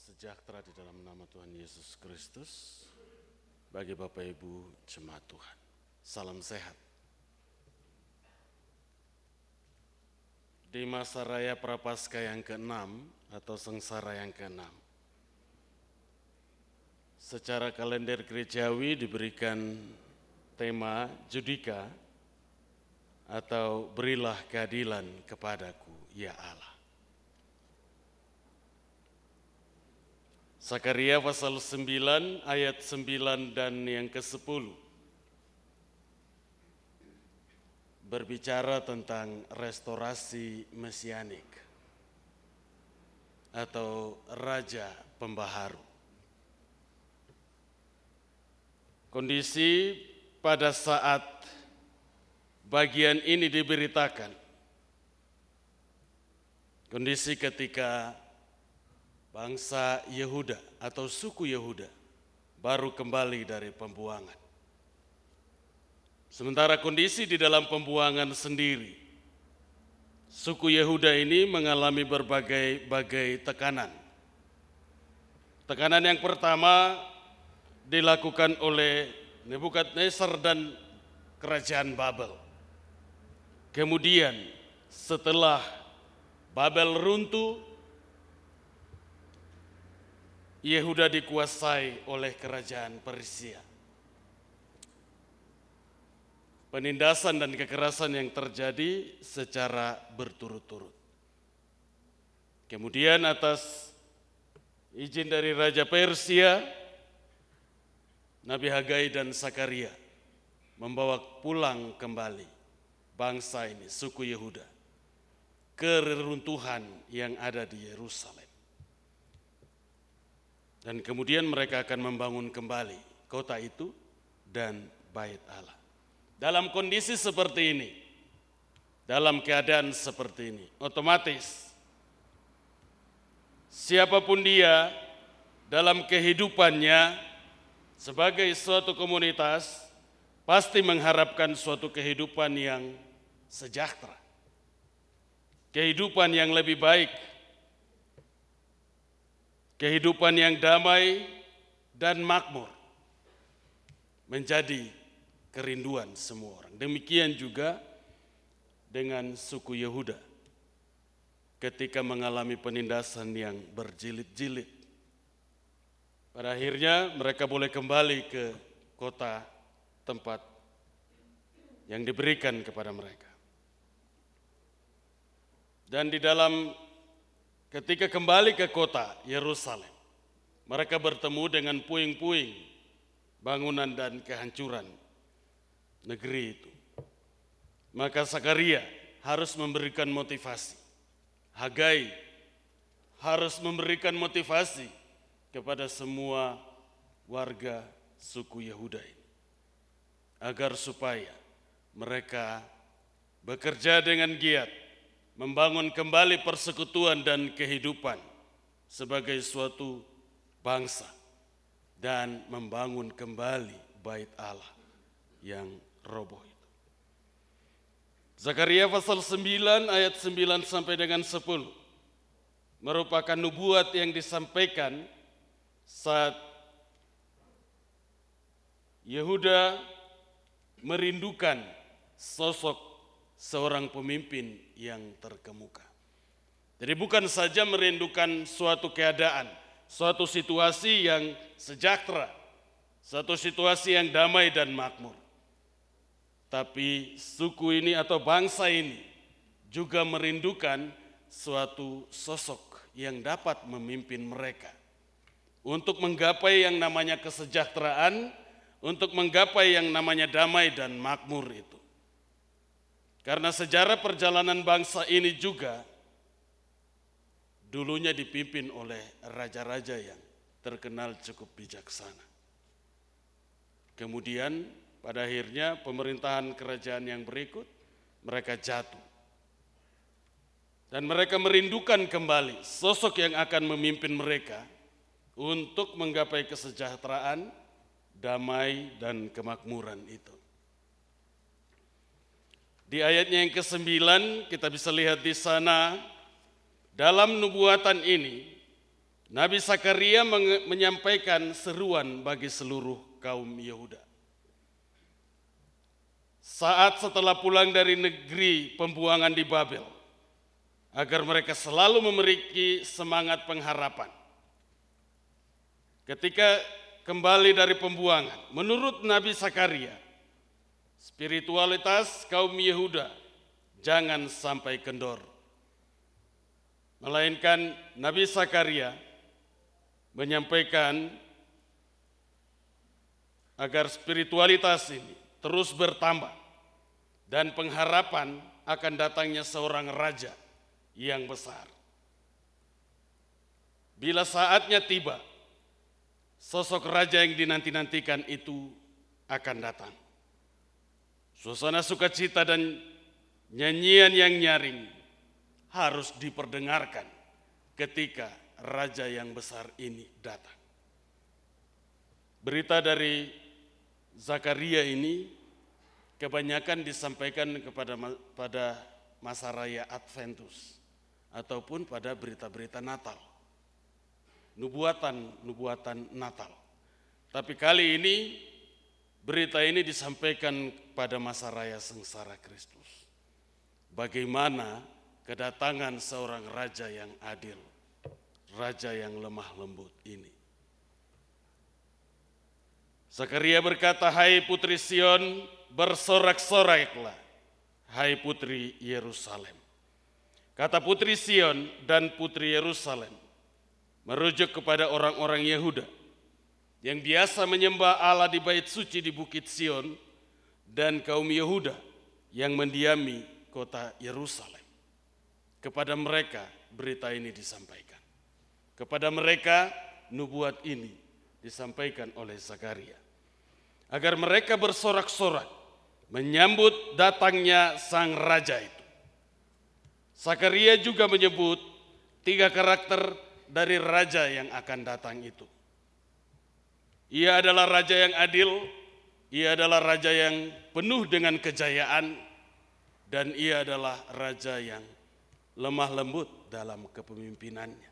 sejahtera di dalam nama Tuhan Yesus Kristus bagi Bapak Ibu jemaat Tuhan. Salam sehat. Di masa raya Prapaskah yang ke-6 atau sengsara yang ke-6, secara kalender gerejawi diberikan tema Judika atau berilah keadilan kepadaku ya Allah. Sakaria pasal 9 ayat 9 dan yang ke-10 berbicara tentang restorasi mesianik atau Raja Pembaharu. Kondisi pada saat bagian ini diberitakan, kondisi ketika bangsa Yehuda atau suku Yehuda baru kembali dari pembuangan. Sementara kondisi di dalam pembuangan sendiri, suku Yehuda ini mengalami berbagai tekanan. Tekanan yang pertama dilakukan oleh Nebukadnezar dan kerajaan Babel. Kemudian setelah Babel runtuh, Yehuda dikuasai oleh kerajaan Persia. Penindasan dan kekerasan yang terjadi secara berturut-turut. Kemudian atas izin dari Raja Persia, Nabi Hagai dan Sakaria membawa pulang kembali bangsa ini, suku Yehuda, ke reruntuhan yang ada di Yerusalem. Dan kemudian mereka akan membangun kembali kota itu dan bait Allah. Dalam kondisi seperti ini, dalam keadaan seperti ini, otomatis siapapun dia dalam kehidupannya sebagai suatu komunitas pasti mengharapkan suatu kehidupan yang sejahtera, kehidupan yang lebih baik, kehidupan yang damai dan makmur menjadi kerinduan semua orang. Demikian juga dengan suku Yehuda ketika mengalami penindasan yang berjilid-jilid. Pada akhirnya mereka boleh kembali ke kota tempat yang diberikan kepada mereka. Dan di dalam ketika kembali ke kota Yerusalem, mereka bertemu dengan puing-puing bangunan dan kehancuran negeri itu. Maka Sakaria harus memberikan motivasi. Hagai harus memberikan motivasi kepada semua warga suku Yehuda ini, agar supaya mereka bekerja dengan giat membangun kembali persekutuan dan kehidupan sebagai suatu bangsa dan membangun kembali bait Allah yang roboh itu. Zakaria pasal 9 ayat 9 sampai dengan 10 merupakan nubuat yang disampaikan saat Yehuda merindukan sosok seorang pemimpin yang terkemuka. Jadi bukan saja merindukan suatu keadaan, suatu situasi yang sejahtera, suatu situasi yang damai dan makmur. Tapi suku ini atau bangsa ini juga merindukan suatu sosok yang dapat memimpin mereka untuk menggapai yang namanya kesejahteraan, untuk menggapai yang namanya damai dan makmur itu. Karena sejarah perjalanan bangsa ini juga dulunya dipimpin oleh raja-raja yang terkenal cukup bijaksana. Kemudian pada akhirnya pemerintahan kerajaan yang berikut mereka jatuh. Dan mereka merindukan kembali sosok yang akan memimpin mereka untuk menggapai kesejahteraan, damai dan kemakmuran itu. Di ayatnya yang ke-9 kita bisa lihat di sana dalam nubuatan ini Nabi Zakaria menyampaikan seruan bagi seluruh kaum Yehuda. Saat setelah pulang dari negeri pembuangan di Babel, agar mereka selalu memiliki semangat pengharapan. Ketika kembali dari pembuangan, menurut Nabi Zakaria, spiritualitas kaum Yehuda jangan sampai kendor. Melainkan Nabi Zakaria menyampaikan agar spiritualitas ini terus bertambah dan pengharapan akan datangnya seorang raja yang besar. Bila saatnya tiba, sosok raja yang dinanti-nantikan itu akan datang. Suasana sukacita dan nyanyian yang nyaring harus diperdengarkan ketika raja yang besar ini datang. Berita dari Zakaria ini kebanyakan disampaikan pada masa raya Adventus ataupun pada berita-berita Natal, nubuatan Natal. Tapi kali ini berita ini disampaikan pada masa raya sengsara Kristus. Bagaimana kedatangan seorang raja yang adil, raja yang lemah lembut ini. Zakaria berkata, "Hai putri Sion, bersorak-soraklah, hai putri Yerusalem." Kata putri Sion dan putri Yerusalem merujuk kepada orang-orang Yehuda yang biasa menyembah Allah di bait suci di Bukit Sion dan kaum Yehuda yang mendiami kota Yerusalem. Kepada mereka berita ini disampaikan. Kepada mereka nubuat ini disampaikan oleh Zakaria. Agar mereka bersorak-sorak menyambut datangnya sang raja itu. Zakaria juga menyebut 3 karakter dari raja yang akan datang itu. Ia adalah raja yang adil, ia adalah raja yang penuh dengan kejayaan, dan ia adalah raja yang lemah lembut dalam kepemimpinannya.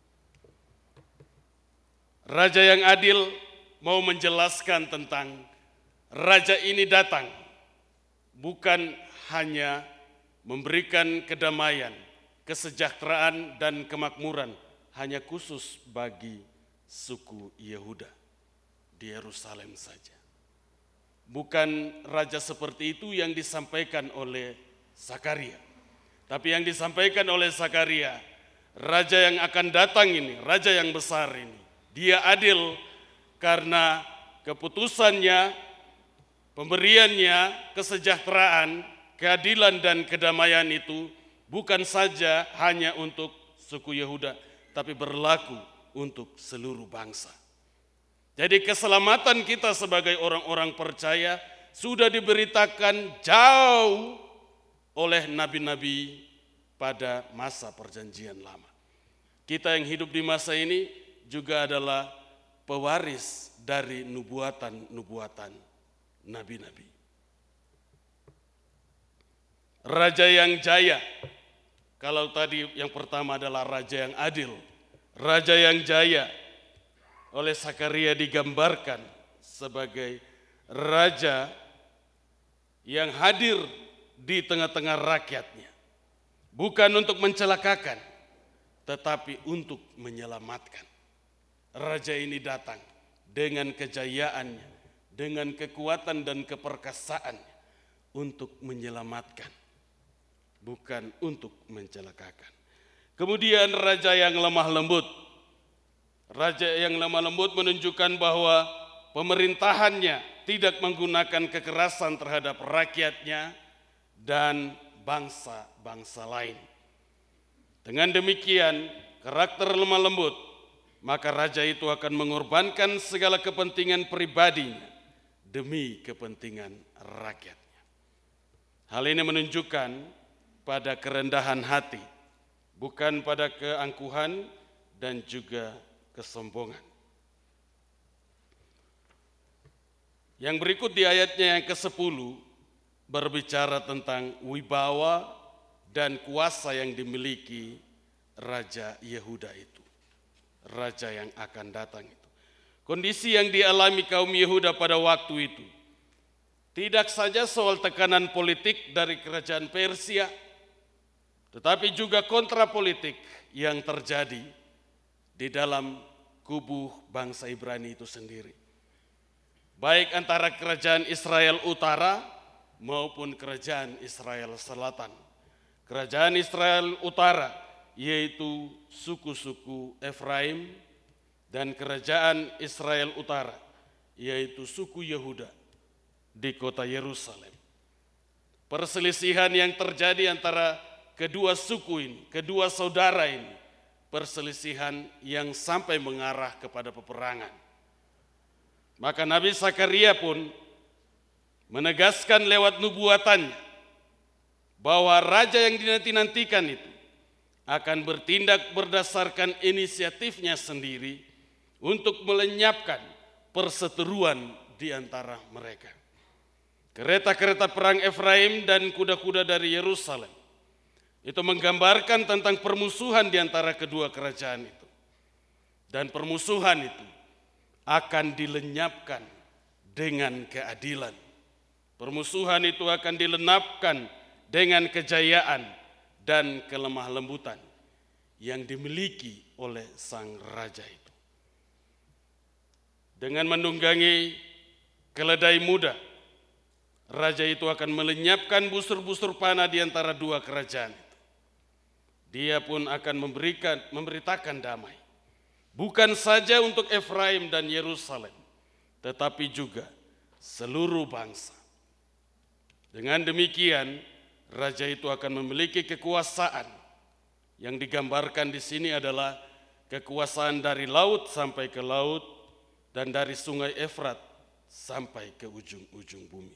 Raja yang adil mau menjelaskan tentang raja ini datang bukan hanya memberikan kedamaian, kesejahteraan dan kemakmuran hanya khusus bagi suku Yehuda di Yerusalem saja. Bukan raja seperti itu yang disampaikan oleh Zakaria. Tapi yang disampaikan oleh Zakaria, raja yang akan datang ini, raja yang besar ini, dia adil karena keputusannya, pemberiannya, kesejahteraan, keadilan dan kedamaian itu bukan saja hanya untuk suku Yehuda, tapi berlaku untuk seluruh bangsa. Jadi keselamatan kita sebagai orang-orang percaya sudah diberitakan jauh oleh nabi-nabi pada masa perjanjian lama. Kita yang hidup di masa ini juga adalah pewaris dari nubuatan nabi-nabi. Raja yang jaya, kalau tadi yang pertama adalah raja yang adil, raja yang jaya oleh Zakaria digambarkan sebagai raja yang hadir di tengah-tengah rakyatnya, bukan untuk mencelakakan, tetapi untuk menyelamatkan. Raja ini datang dengan kejayaannya, dengan kekuatan dan keperkasaannya untuk menyelamatkan, bukan untuk mencelakakan. Kemudian raja yang lemah lembut. Raja yang lemah lembut menunjukkan bahwa pemerintahannya tidak menggunakan kekerasan terhadap rakyatnya dan bangsa-bangsa lain. Dengan demikian, karakter lemah lembut, maka raja itu akan mengorbankan segala kepentingan pribadinya demi kepentingan rakyatnya. Hal ini menunjukkan pada kerendahan hati, bukan pada keangkuhan dan juga kesombongan. Yang berikut di ayatnya yang ke-10 berbicara tentang wibawa dan kuasa yang dimiliki Raja Yehuda itu. raja yang akan datang itu. Kondisi yang dialami kaum Yehuda pada waktu itu tidak saja soal tekanan politik dari kerajaan Persia, tetapi juga kontrapolitik yang terjadi di dalam kubu bangsa Ibrani itu sendiri. Baik antara kerajaan Israel Utara maupun kerajaan Israel Selatan. Kerajaan Israel Utara yaitu suku-suku Efraim, dan kerajaan Israel Utara yaitu suku Yehuda di kota Yerusalem. Perselisihan yang terjadi antara kedua suku ini, kedua saudara ini, perselisihan yang sampai mengarah kepada peperangan. Maka Nabi Zakaria pun menegaskan lewat nubuatannya bahwa raja yang dinanti-nantikan itu akan bertindak berdasarkan inisiatifnya sendiri untuk melenyapkan perseteruan di antara mereka. Kereta-kereta perang Efraim dan kuda-kuda dari Yerusalem itu menggambarkan tentang permusuhan di antara kedua kerajaan itu. Dan permusuhan itu akan dilenyapkan dengan keadilan. Permusuhan itu akan dilenapkan dengan kejayaan dan kelemah lembutan yang dimiliki oleh sang raja itu. Dengan menunggangi keledai muda, raja itu akan melenyapkan busur-busur panah di antara dua kerajaan itu. Dia pun akan memberitakan damai, bukan saja untuk Efraim dan Yerusalem, tetapi juga seluruh bangsa. Dengan demikian, raja itu akan memiliki kekuasaan yang digambarkan di sini adalah kekuasaan dari laut sampai ke laut dan dari sungai Efrat sampai ke ujung-ujung bumi.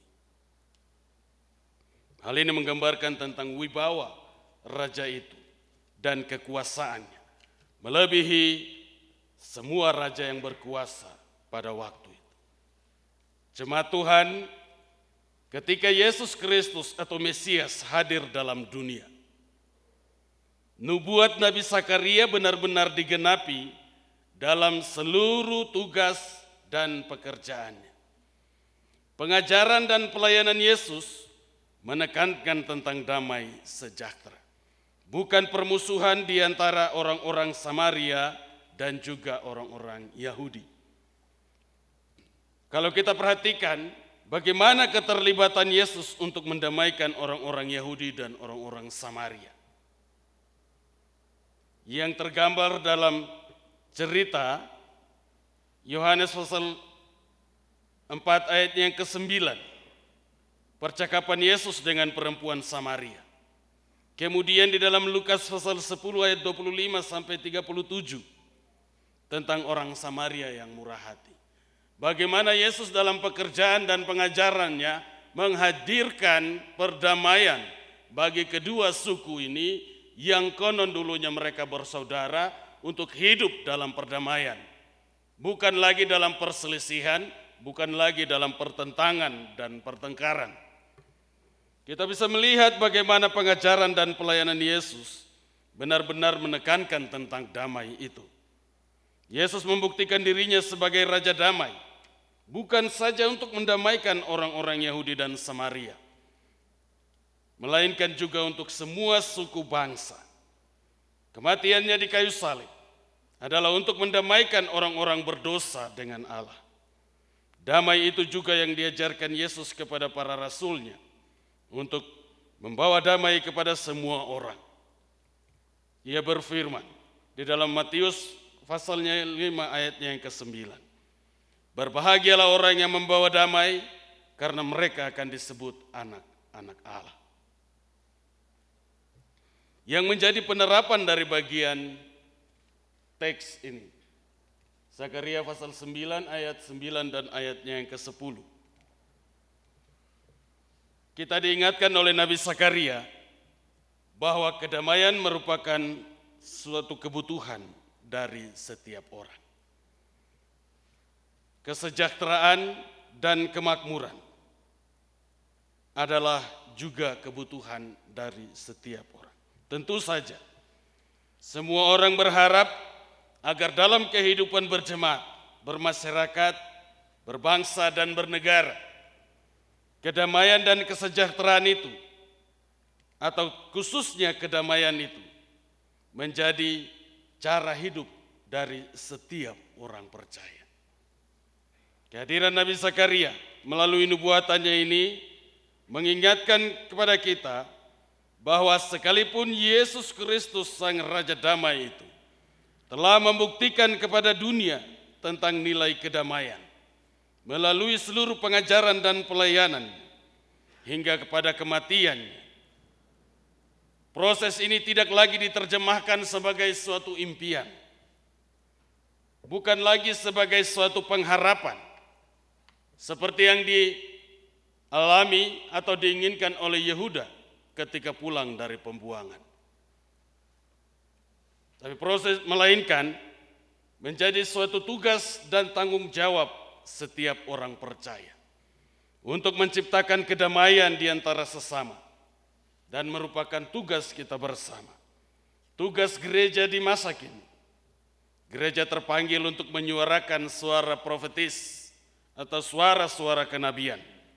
Hal ini menggambarkan tentang wibawa raja itu dan kekuasaannya melebihi semua raja yang berkuasa pada waktu itu. Jemaat Tuhan, ketika Yesus Kristus atau Mesias hadir dalam dunia, nubuat Nabi Zakaria benar-benar digenapi dalam seluruh tugas dan pekerjaannya. Pengajaran dan pelayanan Yesus menekankan tentang damai sejahtera, bukan permusuhan di antara orang-orang Samaria dan juga orang-orang Yahudi. Kalau kita perhatikan bagaimana keterlibatan Yesus untuk mendamaikan orang-orang Yahudi dan orang-orang Samaria, yang tergambar dalam cerita Yohanes pasal 4 ayat yang ke-9, percakapan Yesus dengan perempuan Samaria. Kemudian di dalam Lukas pasal 10 ayat 25 sampai 37 tentang orang Samaria yang murah hati. Bagaimana Yesus dalam pekerjaan dan pengajarannya menghadirkan perdamaian bagi kedua suku ini yang konon dulunya mereka bersaudara, untuk hidup dalam perdamaian. Bukan lagi dalam perselisihan, bukan lagi dalam pertentangan dan pertengkaran. Kita bisa melihat bagaimana pengajaran dan pelayanan Yesus benar-benar menekankan tentang damai itu. Yesus membuktikan dirinya sebagai Raja Damai, bukan saja untuk mendamaikan orang-orang Yahudi dan Samaria, melainkan juga untuk semua suku bangsa. Kematiannya di kayu salib adalah untuk mendamaikan orang-orang berdosa dengan Allah. Damai itu juga yang diajarkan Yesus kepada para rasulnya untuk membawa damai kepada semua orang. Ia berfirman di dalam Matius pasalnya 5 ayatnya yang ke-9. Berbahagialah orang yang membawa damai, karena mereka akan disebut anak-anak Allah. Yang menjadi penerapan dari bagian teks ini, Zakaria pasal 9 ayat 9 dan ayatnya yang ke-10. Kita diingatkan oleh Nabi Zakaria bahwa kedamaian merupakan suatu kebutuhan dari setiap orang. Kesejahteraan dan kemakmuran adalah juga kebutuhan dari setiap orang. Tentu saja semua orang berharap agar dalam kehidupan berjemaat, bermasyarakat, berbangsa dan bernegara, kedamaian dan kesejahteraan itu, atau khususnya kedamaian itu, menjadi cara hidup dari setiap orang percaya. Kehadiran Nabi Zakaria melalui nubuatannya ini mengingatkan kepada kita bahwa sekalipun Yesus Kristus Sang Raja Damai itu telah membuktikan kepada dunia tentang nilai kedamaian melalui seluruh pengajaran dan pelayanan hingga kepada kematiannya. Proses ini tidak lagi diterjemahkan sebagai suatu impian, bukan lagi sebagai suatu pengharapan, seperti yang dialami atau diinginkan oleh Yehuda ketika pulang dari pembuangan. Tapi melainkan menjadi suatu tugas dan tanggung jawab setiap orang percaya untuk menciptakan kedamaian di antara sesama dan merupakan tugas kita bersama. Tugas gereja di masa kini. Gereja terpanggil untuk menyuarakan suara profetis atau suara-suara kenabian,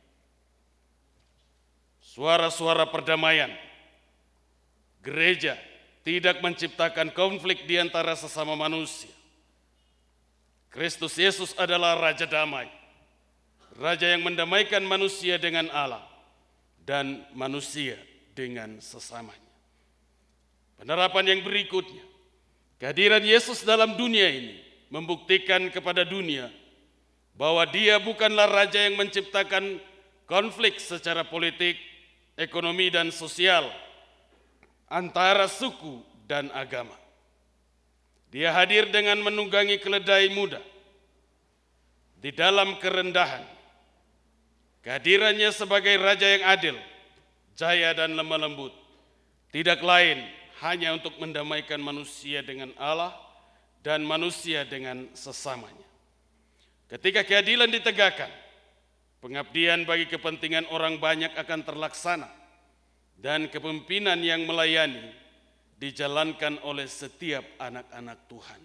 suara-suara perdamaian. Gereja tidak menciptakan konflik di antara sesama manusia. Kristus Yesus adalah Raja Damai, Raja yang mendamaikan manusia dengan Allah dan manusia dengan sesamanya. Penerapan yang berikutnya, kehadiran Yesus dalam dunia ini membuktikan kepada dunia bahwa Dia bukanlah Raja yang menciptakan konflik secara politik, ekonomi, dan sosial antara suku dan agama. Dia hadir dengan menunggangi keledai muda di dalam kerendahan. Kehadirannya sebagai Raja yang adil, jaya dan lemah lembut, tidak lain hanya untuk mendamaikan manusia dengan Allah dan manusia dengan sesamanya. Ketika keadilan ditegakkan, pengabdian bagi kepentingan orang banyak akan terlaksana dan kepemimpinan yang melayani dijalankan oleh setiap anak-anak Tuhan.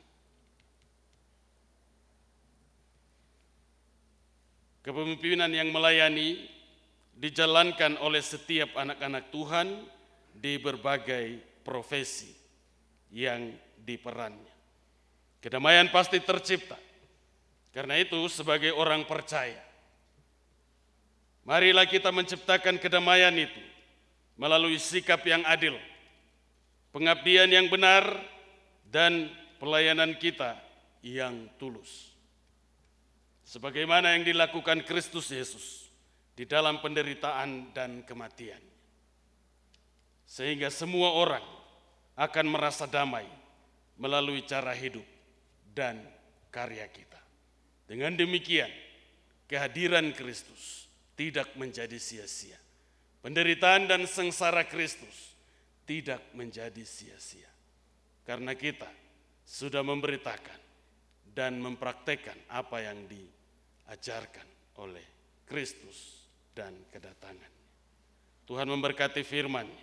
Kepemimpinan yang melayani dijalankan oleh setiap anak-anak Tuhan di berbagai profesi yang diperannya. Kedamaian pasti tercipta. Karena itu sebagai orang percaya, marilah kita menciptakan kedamaian itu melalui sikap yang adil, pengabdian yang benar, dan pelayanan kita yang tulus. Sebagaimana yang dilakukan Kristus Yesus di dalam penderitaan dan kematian. Sehingga semua orang akan merasa damai melalui cara hidup dan karya kita. Dengan demikian, kehadiran Kristus tidak menjadi sia-sia. Penderitaan dan sengsara Kristus tidak menjadi sia-sia. Karena kita sudah memberitakan dan mempraktekkan apa yang diajarkan oleh Kristus dan kedatangan. Tuhan memberkati firman-Nya,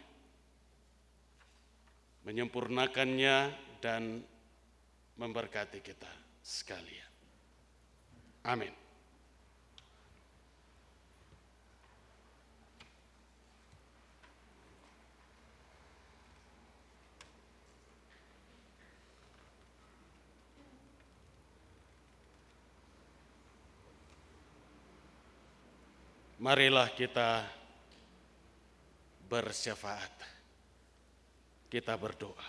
menyempurnakannya dan memberkati kita sekalian. Amin. Marilah kita bersyafaat. Kita berdoa.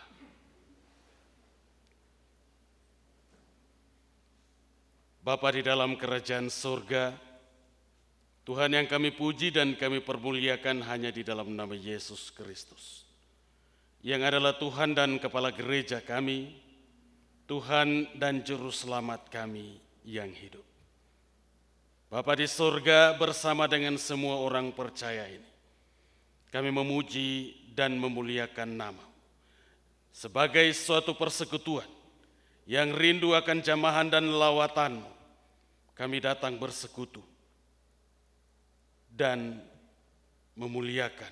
Bapa di dalam kerajaan surga, Tuhan yang kami puji dan kami permuliakan hanya di dalam nama Yesus Kristus, yang adalah Tuhan dan Kepala Gereja kami, Tuhan dan Juru Selamat kami yang hidup. Bapa di surga, bersama dengan semua orang percaya ini, kami memuji dan memuliakan nama-Mu sebagai suatu persekutuan yang rindu akan jamahan dan lawatan-Mu. Kami datang bersekutu dan memuliakan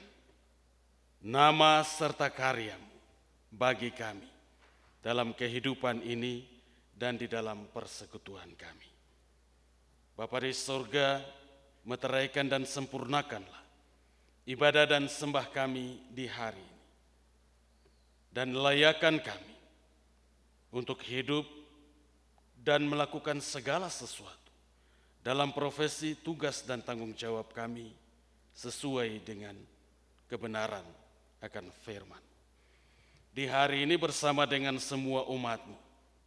nama serta karya-Mu bagi kami dalam kehidupan ini dan di dalam persekutuan kami. Bapa di sorga, meteraikan dan sempurnakanlah ibadah dan sembah kami di hari ini. Dan layakan kami untuk hidup dan melakukan segala sesuatu dalam profesi, tugas, dan tanggung jawab kami sesuai dengan kebenaran akan firman. Di hari ini bersama dengan semua umat-Mu,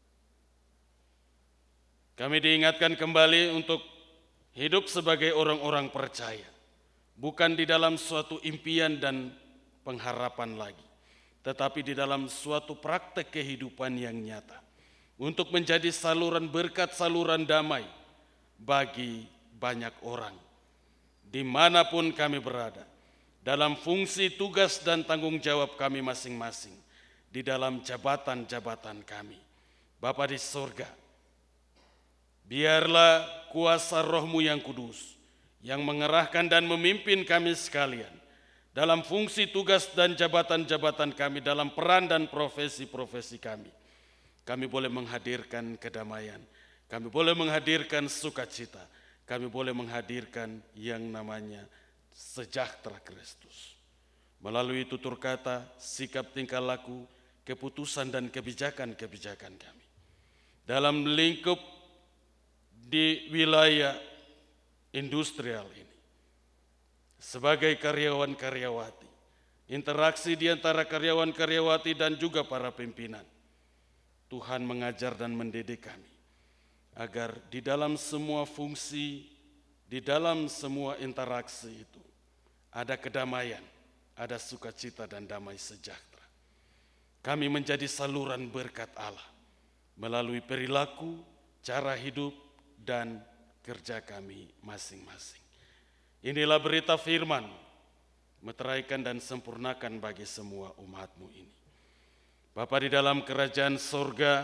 kami diingatkan kembali untuk hidup sebagai orang-orang percaya, bukan di dalam suatu impian dan pengharapan lagi, tetapi di dalam suatu praktek kehidupan yang nyata, untuk menjadi saluran berkat, saluran damai bagi banyak orang, dimanapun kami berada, dalam fungsi, tugas, dan tanggung jawab kami masing-masing, di dalam jabatan-jabatan kami. Bapa di sorga, biarlah kuasa Roh-Mu yang kudus, yang mengerahkan dan memimpin kami sekalian, dalam fungsi, tugas, dan jabatan-jabatan kami, dalam peran dan profesi-profesi kami. Kami boleh menghadirkan kedamaian, kami boleh menghadirkan sukacita, kami boleh menghadirkan yang namanya sejahtera Kristus. Melalui tutur kata, sikap tingkah laku, keputusan dan kebijakan-kebijakan kami. Dalam lingkup di wilayah industrial ini, sebagai karyawan-karyawati, interaksi di antara karyawan-karyawati dan juga para pimpinan, Tuhan mengajar dan mendidik kami agar di dalam semua fungsi, di dalam semua interaksi itu ada kedamaian, ada sukacita dan damai sejahtera. Kami menjadi saluran berkat Allah melalui perilaku, cara hidup, dan kerja kami masing-masing. Inilah berita firman, meteraikan dan sempurnakan bagi semua umat-Mu ini. Bapa di dalam kerajaan sorga,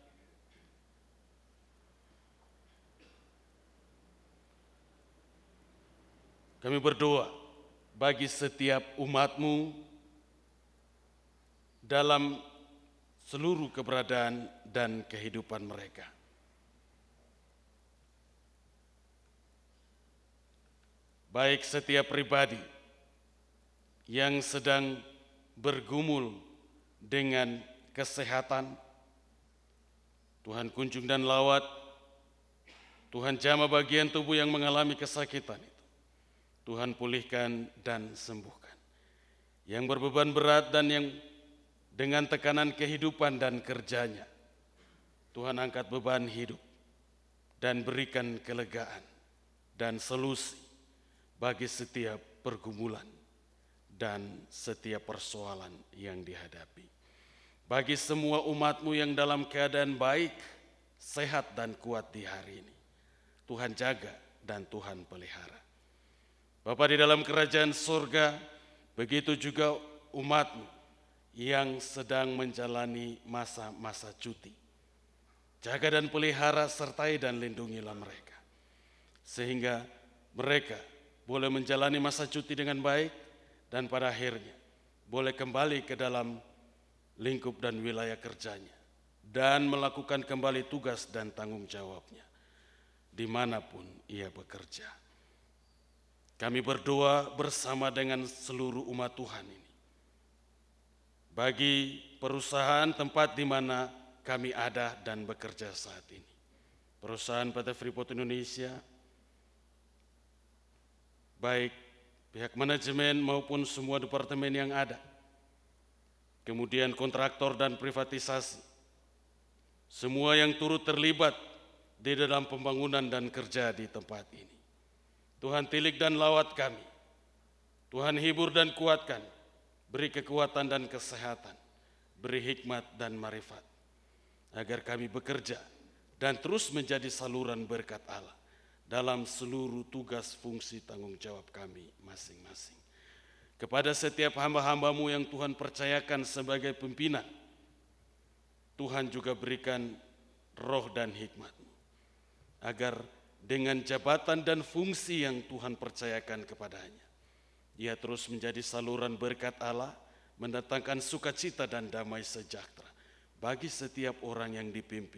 kami berdoa bagi setiap umat-Mu dalam seluruh keberadaan dan kehidupan mereka. Baik setiap pribadi yang sedang bergumul dengan kesehatan, Tuhan kunjung dan lawat, Tuhan jamah bagian tubuh yang mengalami kesakitan itu, Tuhan pulihkan dan sembuhkan. Yang berbeban berat dan yang dengan tekanan kehidupan dan kerjanya, Tuhan angkat beban hidup dan berikan kelegaan dan solusi bagi setiap pergumulan dan setiap persoalan yang dihadapi. Bagi semua umat-Mu yang dalam keadaan baik, sehat dan kuat di hari ini, Tuhan jaga dan Tuhan pelihara. Bapa di dalam kerajaan surga, begitu juga umat-Mu yang sedang menjalani masa-masa cuti. Jaga dan pelihara, sertai dan lindungilah mereka, sehingga mereka boleh menjalani masa cuti dengan baik dan pada akhirnya boleh kembali ke dalam lingkup dan wilayah kerjanya dan melakukan kembali tugas dan tanggung jawabnya dimanapun ia bekerja. Kami berdoa bersama dengan seluruh umat Tuhan ini bagi perusahaan tempat di mana kami ada dan bekerja saat ini. Perusahaan PT Freeport Indonesia, baik pihak manajemen maupun semua departemen yang ada, kemudian kontraktor dan privatisasi, semua yang turut terlibat di dalam pembangunan dan kerja di tempat ini. Tuhan tilik dan lawat kami, Tuhan hibur dan kuatkan, beri kekuatan dan kesehatan, beri hikmat dan marifat, agar kami bekerja dan terus menjadi saluran berkat Allah dalam seluruh tugas, fungsi, tanggung jawab kami masing-masing. Kepada setiap hamba-hamba-Mu yang Tuhan percayakan sebagai pimpinan, Tuhan juga berikan roh dan hikmat-Mu, agar dengan jabatan dan fungsi yang Tuhan percayakan kepadanya, ia terus menjadi saluran berkat Allah, mendatangkan sukacita dan damai sejahtera bagi setiap orang yang dipimpin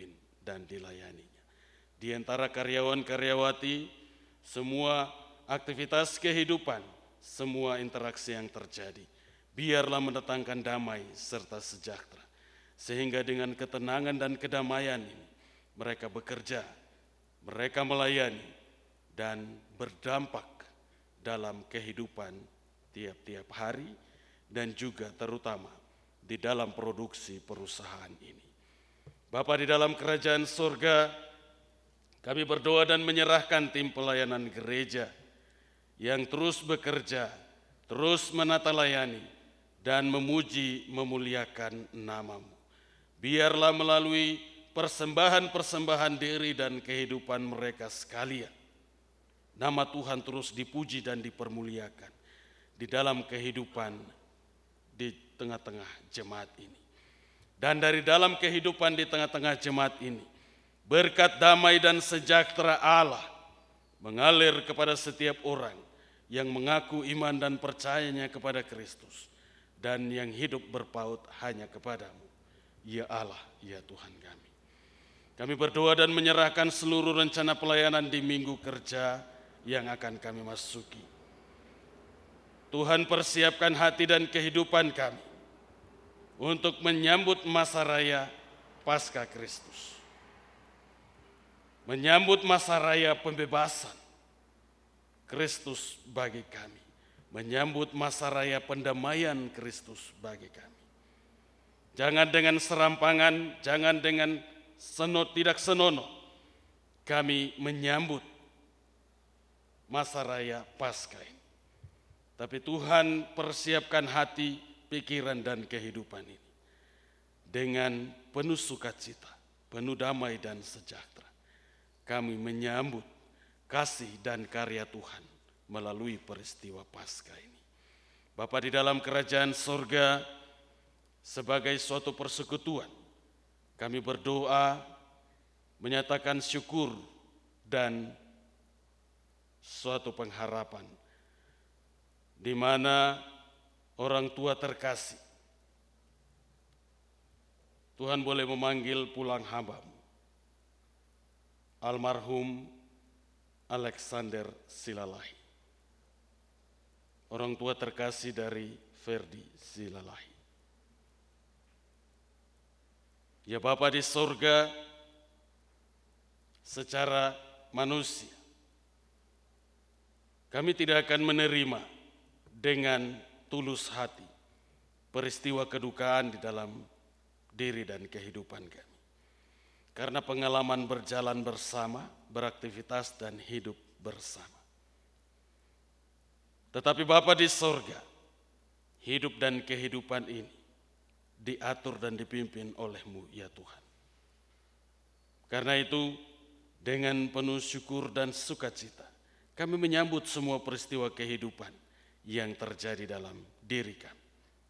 dan dilayaninya. Di antara karyawan-karyawati, semua aktivitas kehidupan, semua interaksi yang terjadi, biarlah mendatangkan damai serta sejahtera. Sehingga dengan ketenangan dan kedamaian ini, mereka bekerja, mereka melayani, dan berdampak dalam kehidupan tiap-tiap hari, dan juga terutama di dalam produksi perusahaan ini. Bapa di dalam kerajaan surga, kami berdoa dan menyerahkan tim pelayanan gereja yang terus bekerja, terus menata layani, dan memuji memuliakan nama-Mu. Biarlah melalui persembahan-persembahan diri dan kehidupan mereka sekalian, nama Tuhan terus dipuji dan dipermuliakan di dalam kehidupan di tengah-tengah jemaat ini. Dan dari dalam kehidupan di tengah-tengah jemaat ini, berkat damai dan sejahtera Allah mengalir kepada setiap orang yang mengaku iman dan percayanya kepada Kristus dan yang hidup berpaut hanya kepadamu, ya Allah, ya Tuhan kami. Kami berdoa dan menyerahkan seluruh rencana pelayanan di minggu kerja yang akan kami masuki. Tuhan, persiapkan hati dan kehidupan kami untuk menyambut masa raya Paskah Kristus. Menyambut masa raya pembebasan Kristus bagi kami. Menyambut masa raya pendamaian Kristus bagi kami. Jangan dengan serampangan, jangan dengan tidak senonoh kami menyambut masa raya Paskah ini. Tapi Tuhan, persiapkan hati, pikiran, dan kehidupan ini dengan penuh sukacita, penuh damai dan sejahtera. Kami menyambut kasih dan karya Tuhan melalui peristiwa Paskah ini. Bapa di dalam kerajaan surga, sebagai suatu persekutuan, kami berdoa, menyatakan syukur dan suatu pengharapan di mana orang tua terkasih, Tuhan boleh memanggil pulang hamba-Mu, almarhum Alexander Silalahi, orang tua terkasih dari Ferdi Silalahi. Ya Bapa di surga, secara manusia, kami tidak akan menerima dengan tulus hati peristiwa kedukaan di dalam diri dan kehidupan kami. Karena pengalaman berjalan bersama, beraktivitas dan hidup bersama. Tetapi Bapa di surga, hidup dan kehidupan ini diatur dan dipimpin oleh-Mu, ya Tuhan. Karena itu, dengan penuh syukur dan sukacita, kami menyambut semua peristiwa kehidupan yang terjadi dalam diri kami.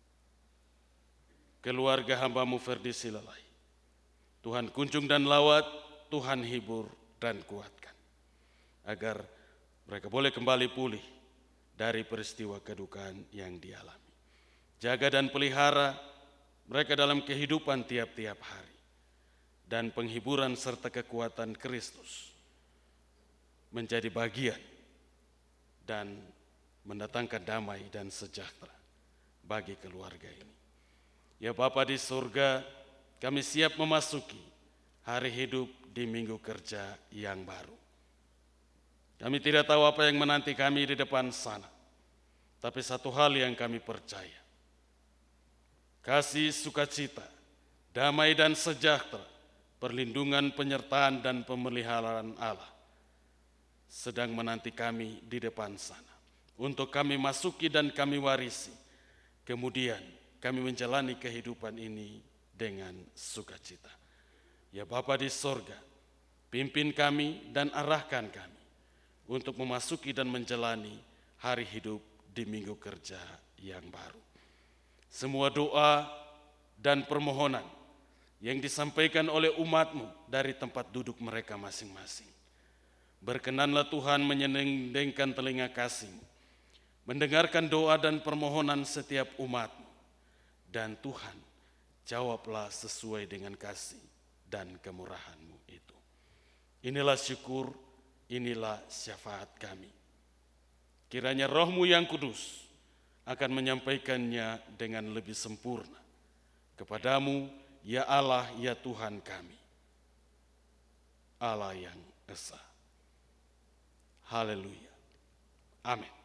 Keluarga hamba-Mu Ferdi Silalahi, Tuhan kunjung dan lawat, Tuhan hibur dan kuatkan, agar mereka boleh kembali pulih dari peristiwa kedukaan yang dialami. Jaga dan pelihara mereka dalam kehidupan tiap-tiap hari, dan penghiburan serta kekuatan Kristus menjadi bagian dan mendatangkan damai dan sejahtera bagi keluarga ini. Ya Bapa di surga, kami siap memasuki hari hidup di minggu kerja yang baru. Kami tidak tahu apa yang menanti kami di depan sana, tapi satu hal yang kami percaya, kasih, sukacita, damai dan sejahtera, perlindungan, penyertaan dan pemeliharaan Allah sedang menanti kami di depan sana untuk kami masuki dan kami warisi. Kemudian kami menjalani kehidupan ini dengan sukacita. Ya Bapa di sorga, pimpin kami dan arahkan kami untuk memasuki dan menjalani hari hidup di minggu kerja yang baru. Semua doa dan permohonan yang disampaikan oleh umat-Mu dari tempat duduk mereka masing-masing, berkenanlah Tuhan menyenendengkan telinga kasih-Mu, mendengarkan doa dan permohonan setiap umat-Mu, dan Tuhan jawablah sesuai dengan kasih dan kemurahan-Mu itu. Inilah syukur, inilah syafaat kami. Kiranya Roh-Mu yang kudus akan menyampaikannya dengan lebih sempurna kepadamu, ya Allah, ya Tuhan kami, Allah yang esa. Haleluya. Amin.